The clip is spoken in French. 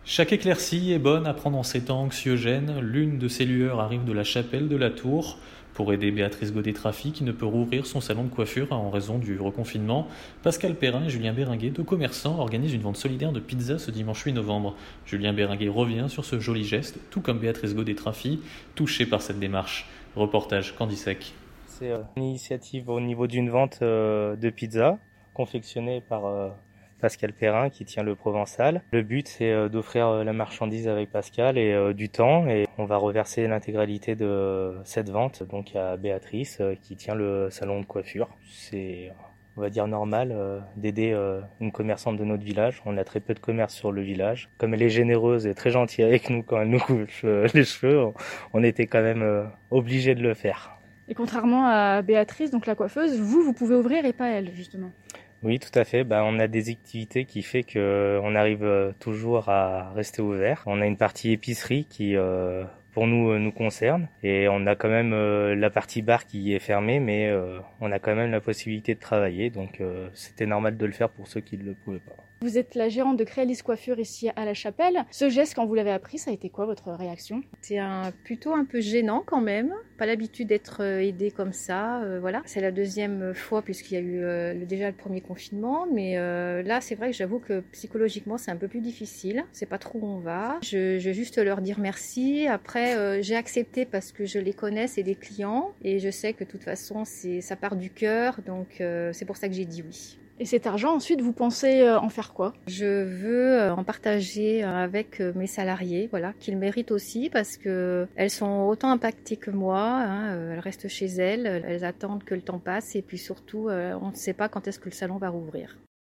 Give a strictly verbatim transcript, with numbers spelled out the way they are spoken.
Chaque éclaircie est bonne à prendre en ces temps anxiogènes. L'une de ces lueurs arrive de la chapelle de la Tour. Pour aider Béatrice Godet-Trafi, qui ne peut rouvrir son salon de coiffure en raison du reconfinement, Pascal Perrin et Julien Béringuet, deux commerçants, organisent une vente solidaire de pizza ce dimanche huit novembre. Julien Béringuet revient sur ce joli geste, tout comme Béatrice Godet-Trafi, touchée par cette démarche. Reportage Candy Sec. C'est une initiative au niveau d'une vente de pizza confectionnée par Pascal Perrin qui tient le Provençal. Le but c'est d'offrir la marchandise avec Pascal et du temps, et on va reverser l'intégralité de cette vente donc à Béatrice qui tient le salon de coiffure. C'est, on va dire, normal d'aider une commerçante de notre village. On a très peu de commerce sur le village. Comme elle est généreuse et très gentille avec nous quand elle nous coupe les cheveux, on était quand même obligé de le faire. Et contrairement à Béatrice, donc la coiffeuse, vous, vous pouvez ouvrir et pas elle, justement. Oui, tout à fait. Bah, on a des activités qui fait que on arrive toujours à rester ouvert. On a une partie épicerie qui, euh, pour nous, nous concerne, et on a quand même euh, la partie bar qui est fermée, mais euh, on a quand même la possibilité de travailler. Donc, euh, c'était normal de le faire pour ceux qui ne le pouvaient pas. Vous êtes la gérante de Créalis Coiffure ici à la Chapelle. Ce geste, quand vous l'avez appris, ça a été quoi votre réaction ? C'est un, plutôt un peu gênant quand même. Pas l'habitude d'être aidée comme ça. Euh, voilà. C'est la deuxième fois puisqu'il y a eu euh, le, déjà le premier confinement. Mais euh, là, c'est vrai que j'avoue que psychologiquement, c'est un peu plus difficile. C'est pas trop où on va. Je, je vais juste leur dire merci. Après, euh, j'ai accepté parce que je les connais, c'est des clients. Et je sais que de toute façon, c'est, ça part du cœur. Donc, euh, c'est pour ça que j'ai dit oui. Et cet argent, ensuite, vous pensez en faire quoi ? Je veux en partager avec mes salariés, voilà, qu'ils méritent aussi parce que elles sont autant impactées que moi. Hein, elles restent chez elles, elles attendent que le temps passe et puis surtout, on ne sait pas quand est-ce que le salon va rouvrir.